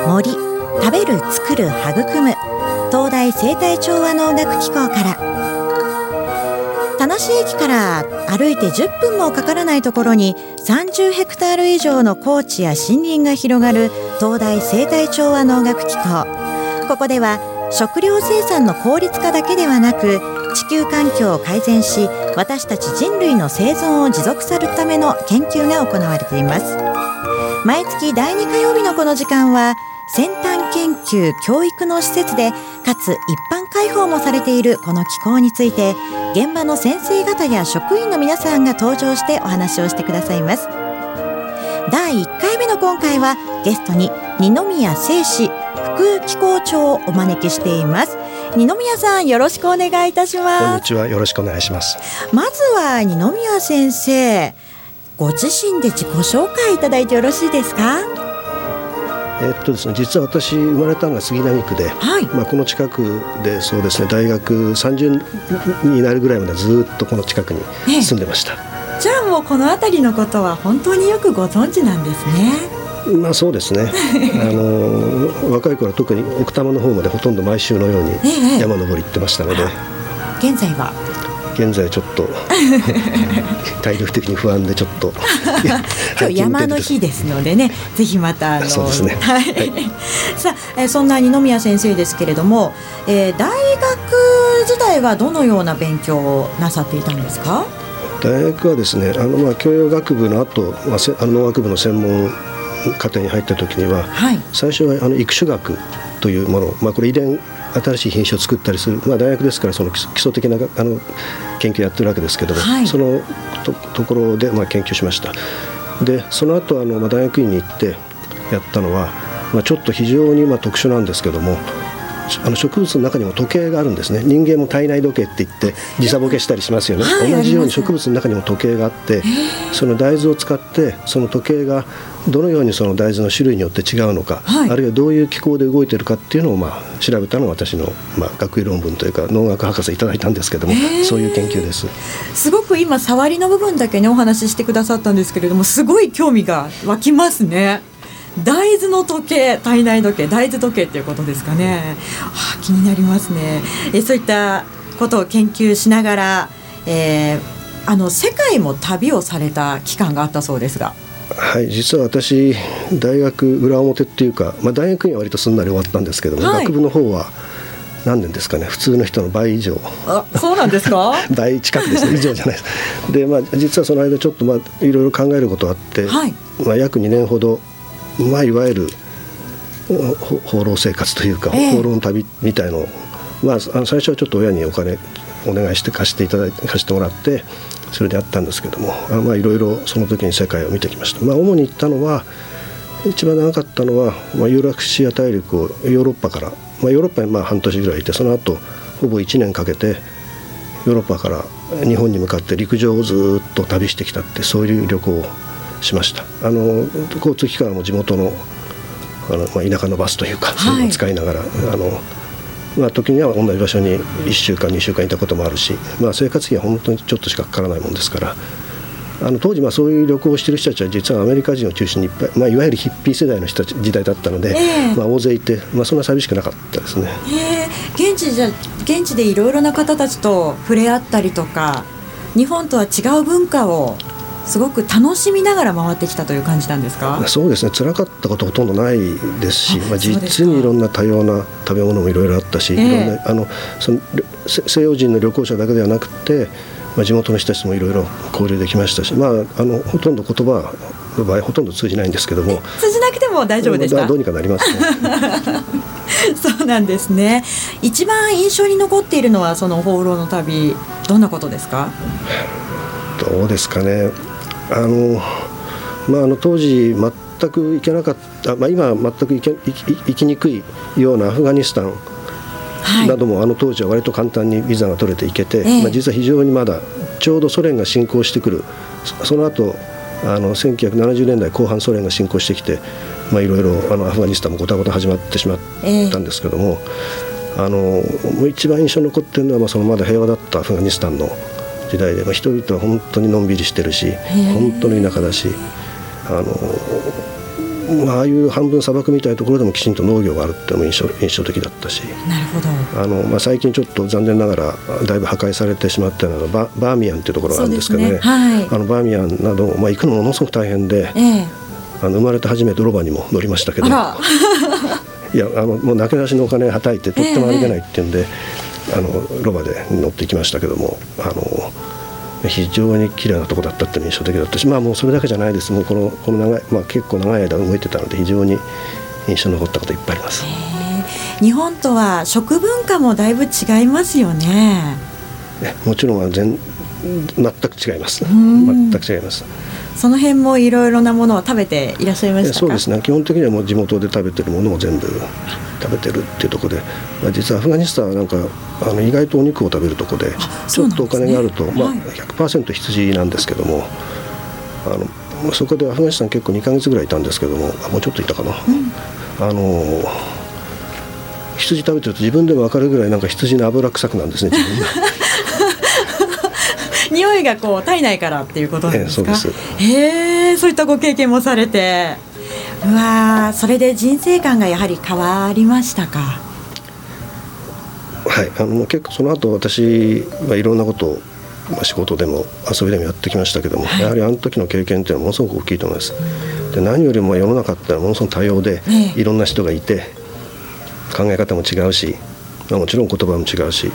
森、食べる、作る、育む東大生態調和農学機構から、田無駅から歩いて10分もかからないところに30ヘクタール以上の高地や森林が広がる東大生態調和農学機構。ここでは食料生産の効率化だけではなく、地球環境を改善し、私たち人類の生存を持続するための研究が行われています。毎月第2火曜日のこの時間は、先端研究教育の施設で、かつ一般開放もされているこの機構について、現場の先生方や職員の皆さんが登場してお話をしてくださいます。第1回目の今回は、ゲストに二宮清氏副機構長をお招きしています。二宮さん、よろしくお願いいたします。 こんにちは、よろしくお願いします。 まずは二宮先生、ご自身で自己紹介いただいてよろしいですか？ ですね、実は私生まれたのが杉並区で、はい、この近くで、そうですね、大学30になるぐらいまでずっとこの近くに住んでました。 じゃあもうこの辺りのことは本当によくご存知なんですね。 そうですね若い頃は特に奥多摩の方までほとんど毎週のように山登り行ってましたので、 現在はちょっと体力的に不安でちょっと今日山の日ですのでね、ぜひまたそうですね、 はいはい、さあ、そんな二宮先生ですけれども、大学時代はどのような勉強をなさっていたんですか？ 大学はですね、教養学部の後、農学部の専門課程に入った時には、はい、最初は育種学というもの、これ遺伝、新しい品種を作ったりする、大学ですからその基礎的な研究をやってるわけですけども、はい、その ところで研究しました。でその後大学院に行ってやったのは、ちょっと非常に特殊なんですけども、植物の中にも時計があるんですね。人間も体内時計って言って時差ボケしたりしますよね、はい、同じように植物の中にも時計があって、その大豆を使ってその時計がどのようにその大豆の種類によって違うのか、はい、あるいはどういう気候で動いているかっていうのを調べたのが私の学位論文というか農学博士いただいたんですけども、そういう研究です。 すごく今触りの部分だけねお話ししてくださったんですけれども、すごい興味が湧きますね。大豆の時計、体内時計、大豆時計っていうことですかね。気になりますね。そういったことを研究しながら、世界も旅をされた期間があったそうですが。 はい、実は私大学裏表っていうか、大学院は割とすんなり終わったんですけども、はい、学部の方は何年ですかね、普通の人の倍以上。 そうなんですか？ 倍近くですね、以上じゃないですで、実はその間ちょっといろいろ考えることがあって、はい、約2年ほどいわゆる放浪生活というか、放浪の旅みたいのを、最初はちょっと親にお金お願いして貸してもらって、それでやったんですけども、いろいろその時に世界を見てきました。主に行ったのは、一番長かったのは、ユーラシア大陸をヨーロッパから、ヨーロッパに半年ぐらいいて、その後ほぼ1年かけてヨーロッパから日本に向かって陸上をずっと旅してきたって、そういう旅行をしました。交通機関も地元の、田舎のバスというか、そういうのを使いながら、時には同じ場所に1週間2週間いたこともあるし、生活費は本当にちょっとしかかからないもんですから、当時そういう旅行をしている人たちは実はアメリカ人を中心にいっぱい、いわゆるヒッピー世代の人たち時代だったので、大勢いて、そんな寂しくなかったですね。 現地でいろいろな方たちと触れ合ったりとか、日本とは違う文化をすごく楽しみながら回ってきたという感じなんですか？そうですね、 辛かったことほとんどないですし、実にいろんな多様な食べ物もいろいろあったし、いろんなその西洋人の旅行者だけではなくて、地元の人たちもいろいろ交流できましたし、ほとんど言葉の場合ほとんど通じないんですけども、 通じなくても大丈夫でした？ どうにかなりますねそうなんですね。一番印象に残っているのはその放浪の旅、どんなことですか？ どうですかね、当時全く行けなかった、今は全く行きにくいようなアフガニスタンなども、当時は割と簡単にビザが取れて行けて、実は非常にまだちょうどソ連が侵攻してくる、その後1970年代後半ソ連が侵攻してきて、いろいろアフガニスタンもごたごた始まってしまったんですけども、一番印象に残っているのは、そのまだ平和だったアフガニスタンの時代で、人々は本当にのんびりしてるし、本当に田舎だし、 ああいう半分砂漠みたいなところでもきちんと農業があるっていうのも印象的だったし、 なるほど。 最近ちょっと残念ながらだいぶ破壊されてしまったようなバーミヤンっていうところがあるんですけどね、 はい、 バーミヤンなど、行くのものすごく大変で、生まれて初めてロバにも乗りましたけどいやもうなけなしのお金はたいてとっても歩けないっていうんで、ロバで乗っていきましたけども、非常に綺麗なところだったって印象的だったし、もうそれだけじゃないです。もうこの長い、結構長い間動いてたので非常に印象に残ったこといっぱいあります。 日本とは食文化もだいぶ違いますよね。 もちろん全く違います。全く違います。 その辺もいろいろなものを食べていらっしゃいましたか？ そうですね、基本的にはもう地元で食べてるものを全部食べてるっていうところで、実はアフガニスタンはなんか意外とお肉を食べるところで、ちょっとお金があると、100% 羊なんですけども、そこでアフガニスタン結構2ヶ月ぐらいいたんですけども、もうちょっといたかな、羊食べてると自分でも分かるぐらいなんか羊の脂臭くなんですね、自分が匂いがこう体内からっていうことなんですか？ そうです。 そういったご経験もされて、それで人生観がやはり変わりましたか？ はい、もう結構その後私はいろんなことを、仕事でも遊びでもやってきましたけども、やはりあの時の経験っていうのはものすごく大きいと思います。で、何よりも世の中ってのはものすごく多様で、いろんな人がいて考え方も違うし、もちろん言葉も違うし、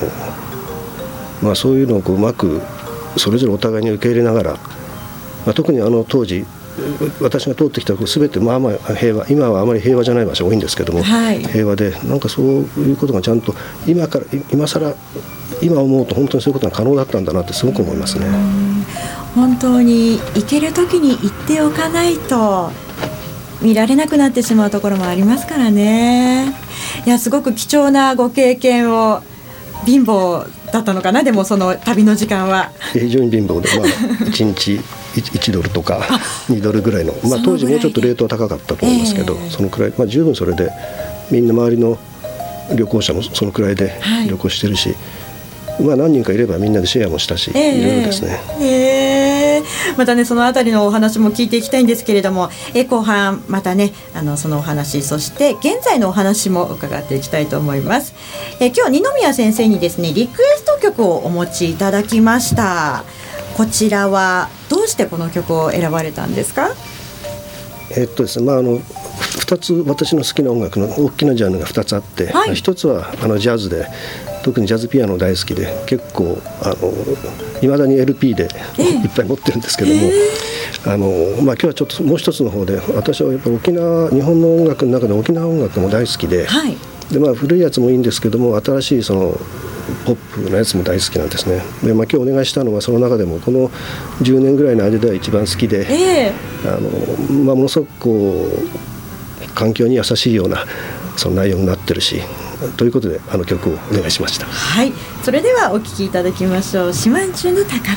そういうのをうまくそれぞれお互いに受け入れながら、特に当時私が通ってきたところ全て平和、今はあまり平和じゃない場所多いんですけども、平和でなんかそういうことがちゃんと今思うと本当にそういうことが可能だったんだなってすごく思いますね。 本当に行ける時に行っておかないと見られなくなってしまうところもありますからね。いや、すごく貴重なご経験を。貧乏だったのかな、でもその旅の時間は非常に貧乏で、1日1ドルとか2ドルぐらいの、当時もうちょっとレートは高かったと思いますけど、そのくらい、十分それでみんな周りの旅行者もそのくらいで旅行してるし、何人かいればみんなでシェアもしたし、いろいろですね。 またね、そのあたりのお話も聞いていきたいんですけれども、後半またね、そのお話、そして現在のお話も伺っていきたいと思います。今日二宮先生にですね、リクエスト曲をお持ちいただきました。こちらはどうしてこの曲を選ばれたんですか？ ですね、2つ私の好きな音楽の大きなジャンルが2つあって、1つはジャズで、特にジャズピアノ大好きで、結構いまだに LP でいっぱい持ってるんですけども、今日はちょっともう一つの方で、私はやっぱり日本の音楽の中で沖縄音楽も大好きで、古いやつもいいんですけども、新しいそのポップなやつも大好きなんですね。で、今日お願いしたのはその中でもこの10年ぐらいの間では一番好きで、ものすごくこう環境に優しいようなその内容になってるし、ということで曲をお願いしました。 はい、それではお聴きいただきましょう。四万十の宝。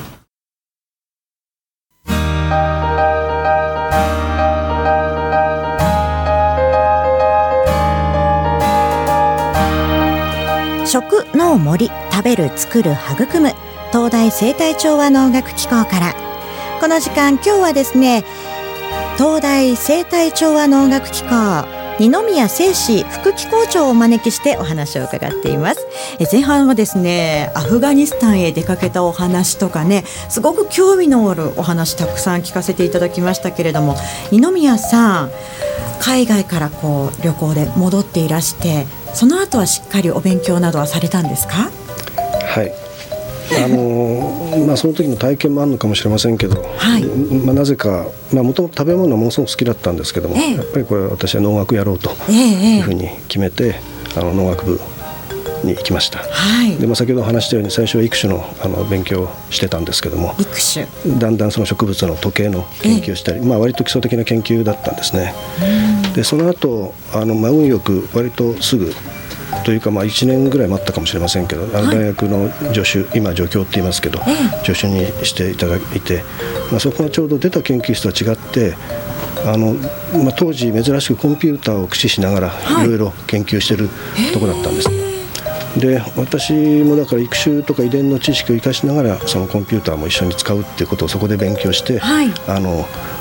食農森、食べる作る育む、東大生態調和能楽機構から、この時間今日はですね、東大生態調和能楽機構二宮清志副機構長をお招きしてお話を伺っています。前半はですね、アフガニスタンへ出かけたお話とかね、すごく興味のあるお話たくさん聞かせていただきましたけれども、二宮さん、海外から旅行で戻っていらして、その後はしっかりお勉強などはされたんですか？ はい、その時の体験もあるのかもしれませんけど、なぜかもともと食べ物はものすごく好きだったんですけども、やっぱりこれ私は農学やろうというふうに決めて、農学部に行きました。で、先ほど話したように最初は育種の勉強をしてたんですけども、だんだんその植物の時計の研究をしたり、割と基礎的な研究だったんですね。で、その後運よく割とすぐというか、1年ぐらい待ったかもしれませんけど、大学の助手、今助教って言いますけど、助手にしていただいて、そこがちょうど出た研究室とは違って、当時珍しくコンピューターを駆使しながらいろいろ研究してるところだったんです。で、私もだから育種とか遺伝の知識を生かしながらそのコンピューターも一緒に使うっていうことをそこで勉強して、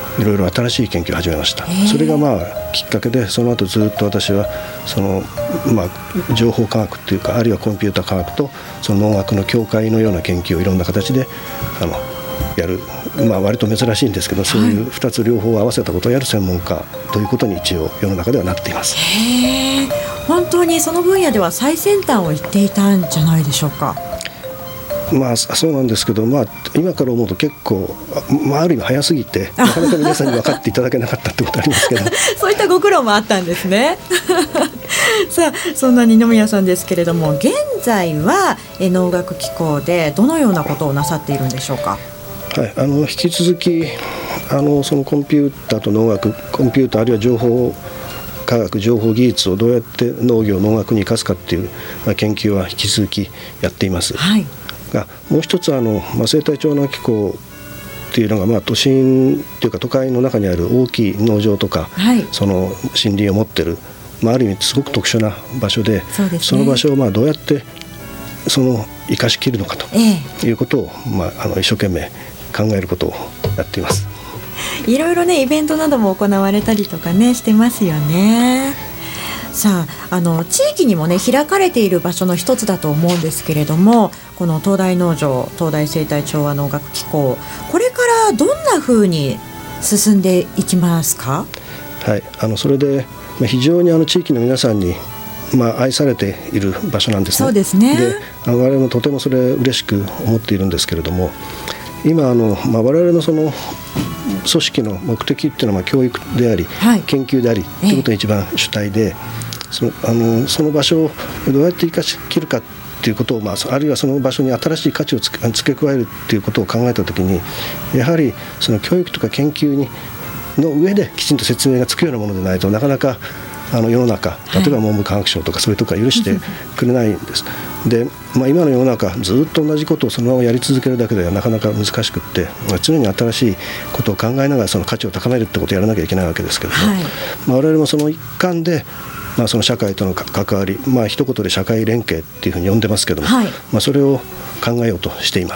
いろいろ新しい研究を始めました。それがきっかけで、その後ずっと私はその、情報科学っていうか、あるいはコンピュータ科学とその農学の境界のような研究をいろんな形でやる、割と珍しいんですけど、そういう2つ両方合わせたことをやる専門家ということに一応世の中ではなっています。 本当にその分野では最先端を言っていたんじゃないでしょうか。 そうなんですけど、今から思うと結構、ある意味早すぎてなかなか皆さんに分かっていただけなかったってことありますけどそういったご苦労もあったんですねさあ、そんな二宮さんですけれども、現在は農学機構でどのようなことをなさっているんでしょうか。 引き続きそのコンピューターと農学、コンピューターあるいは情報科学、情報技術をどうやって農業農学に生かすかっていう研究は引き続きやっています。がもう一つ生態調和農機構っていうのが、都心というか都会の中にある大きい農場とか、その森林を持ってる、ある意味すごく特殊な場所で、その場所をどうやって生かしきるのかということを、一生懸命考えることをやっています。 いろいろね、イベントなども行われたりとかねしてますよね。さあ、地域にもね開かれている場所の一つだと思うんですけれども、この東大農場、東大生態調和農学機構、これからどんなふうに進んでいきますか。 それで非常に地域の皆さんに愛されている場所なんですね。 そうですね。 で、我々もとてもそれ嬉しく思っているんですけれども、今我々のその組織の目的っていうのは教育であり、研究でありということが一番主体で、その場所をどうやって生かしきるかっていうことを、あるいはその場所に新しい価値を付け加えるっていうことを考えたときに、やはりその教育とか研究の上できちんと説明がつくようなものでないと、なかなか世の中、例えば文部科学省とかそういうところが許してくれないんです。で、今の世の中ずっと同じことをそのままやり続けるだけではなかなか難しくって、常に新しいことを考えながらその価値を高めるってことをやらなきゃいけないわけですけども、我々もその一環で、その社会との関わり、一言で社会連携っていうふうに呼んでますけども、それを考えようとしています。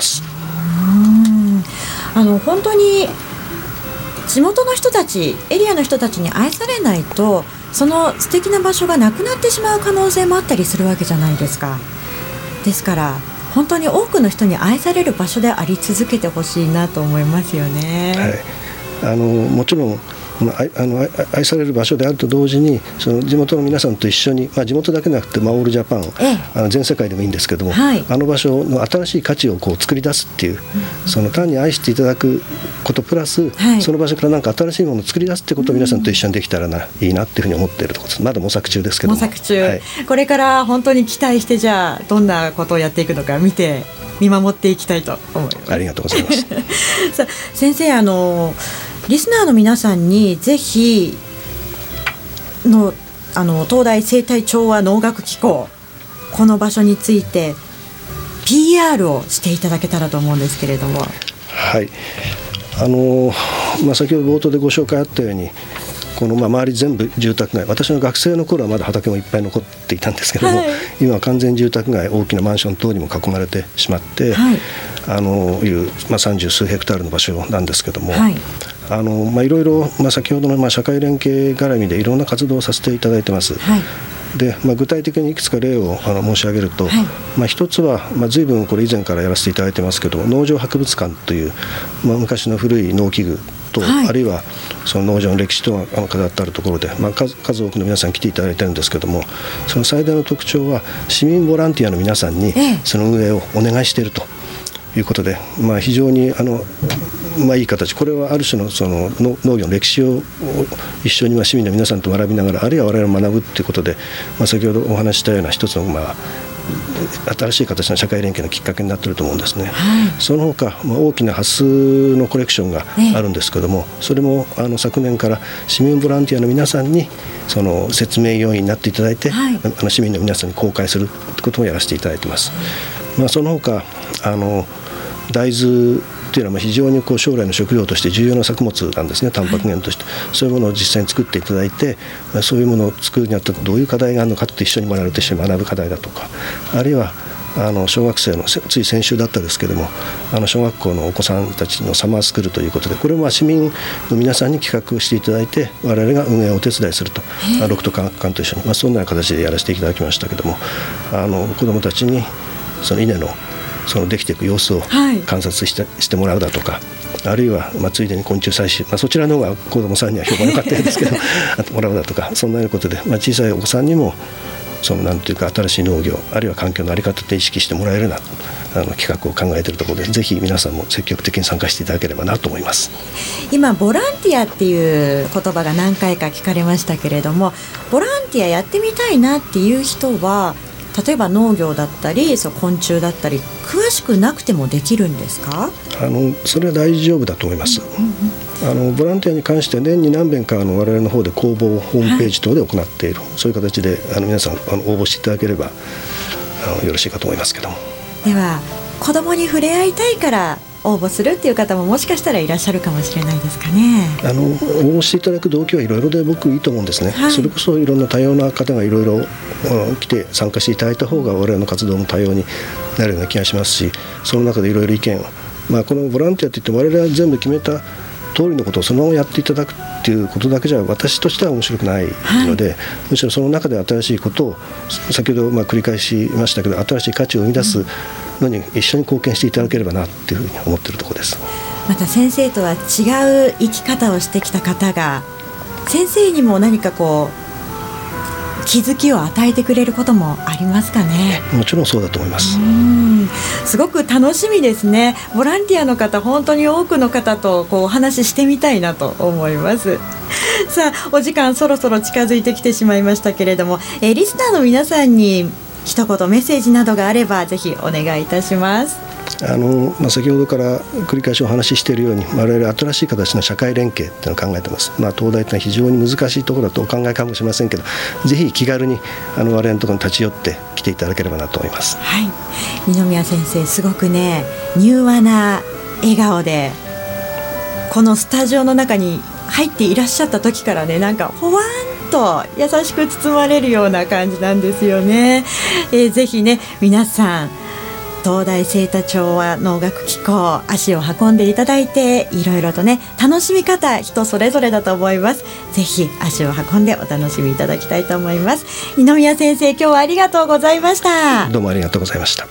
本当に地元の人たち、エリアの人たちに愛されないと、その素敵な場所がなくなってしまう可能性もあったりするわけじゃないですか。ですから本当に多くの人に愛される場所であり続けてほしいなと思いますよね。 もちろん愛される場所であると同時に、その地元の皆さんと一緒に、地元だけでなくて、オールジャパン、全世界でもいいんですけども、場所の新しい価値を作り出すっていう、その単に愛していただくことプラス、その場所から何か新しいものを作り出すってことを皆さんと一緒にできたらいいなっていうふうに思っているところです。まだ模索中ですけども。模索中、 これから本当に期待して、じゃあどんなことをやっていくのか見守っていきたいと思います。 ありがとうございますさあ、先生、リスナーの皆さんにぜひ東大生態調和農学機構、この場所について PR をしていただけたらと思うんですけれども。 先ほど冒頭でご紹介あったように、この周り全部住宅街、私の学生の頃はまだ畑もいっぱい残っていたんですけども、今は完全住宅街、大きなマンション等にも囲まれてしまって、30数ヘクタールの場所なんですけども、いろいろ、先ほどの社会連携絡みでいろんな活動をさせていただいてます。で、具体的にいくつか例を申し上げると、一つは、随分これ以前からやらせていただいてますけど、農場博物館という、昔の古い農機具と、あるいはその農場の歴史とが飾ってあるところで、数多くの皆さん来ていただいてるんですけども、その最大の特徴は市民ボランティアの皆さんにその運営をお願いしているということで、非常にいい形、これはある種のその農業の歴史を一緒に市民の皆さんと学びながら、あるいは我々も学ぶということで、先ほどお話ししたような一つの新しい形の社会連携のきっかけになっていると思うんですね。その他、大きなハスのコレクションがあるんですけども、それも昨年から市民ボランティアの皆さんにその説明要員になっていただいて、市民の皆さんに公開することもやらせていただいています。その他大豆というのは非常に将来の食料として重要な作物なんですね、タンパク源として。そういうものを実際に作っていただいて、そういうものを作るにあたってどういう課題があるのかって一緒に学ぶ課題だとか、あるいは小学生のつい先週だったですけども、小学校のお子さんたちのサマースクールということで、これも市民の皆さんに企画していただいて、我々が運営をお手伝いすると、6都科学館と一緒に、そんな形でやらせていただきましたけども、子どもたちにその稲のできていく様子を観察してもらうだとか、あるいはついでに昆虫採集、そちらの方が子どもさんには評判良かったんですけどもらうだとか、そんなようなことで、小さいお子さんにもなんていうか新しい農業、あるいは環境の在り方って意識してもらえるような企画を考えているところで、ぜひ皆さんも積極的に参加していただければなと思います。 今ボランティアっていう言葉が何回か聞かれましたけれども、ボランティアやってみたいなっていう人は、例えば農業だったり昆虫だったり詳しくなくてもできるんですか？ それは大丈夫だと思います。ボランティアに関しては年に何遍か我々の方で公募をホームページ等で行っている、そういう形で皆さん応募していただければよろしいかと思いますけども。 では子どもに触れ合いたいから応募するっていう方ももしかしたらいらっしゃるかもしれないですかね。 応募していただく動機はいろいろで僕いいと思うんですね、それこそいろんな多様な方がいろいろ来て参加していただいた方が我々の活動も多様になるような気がしますし、その中でいろいろ意見を、このボランティアといって我々は全部決めた通りのことをそのままやっていただくっていうことだけじゃ私としては面白くないので、むしろその中で新しいことを先ほど繰り返しましたけど、新しい価値を生み出すのに一緒に貢献していただければなっていうふうに思っているところです。 また先生とは違う生き方をしてきた方が先生にも何か気づきを与えてくれることもありますかね？ もちろんそうだと思います。 すごく楽しみですね。ボランティアの方、本当に多くの方とお話ししてみたいなと思います。さあ、お時間そろそろ近づいてきてしまいましたけれども、リスナーの皆さんに一言メッセージなどがあればぜひお願いいたします。 先ほどから繰り返しお話ししているように、我々新しい形の社会連携というのを考えています。東大というのは非常に難しいところだとお考えかもしれませんけど、ぜひ気軽に我々のところに立ち寄って来ていただければなと思います。 はい、二宮先生、すごくね柔和な笑顔でこのスタジオの中に入っていらっしゃった時からね、なんかほわんと優しく包まれるような感じなんですよね。ぜひね皆さん東大生態調和農学機構足を運んでいただいて、いろいろとね楽しみ方人それぞれだと思います。ぜひ足を運んでお楽しみいただきたいと思います。二宮先生、今日はありがとうございました。 どうもありがとうございました。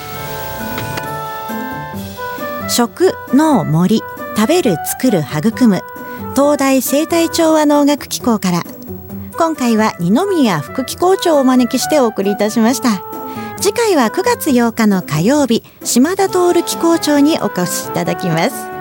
食農森、食べる作る育む東大生態調和農学機構から、今回は二宮副機構長をお招きしてお送りいたしました。次回は9月8日の火曜日、島田徹機構長にお越しいただきます。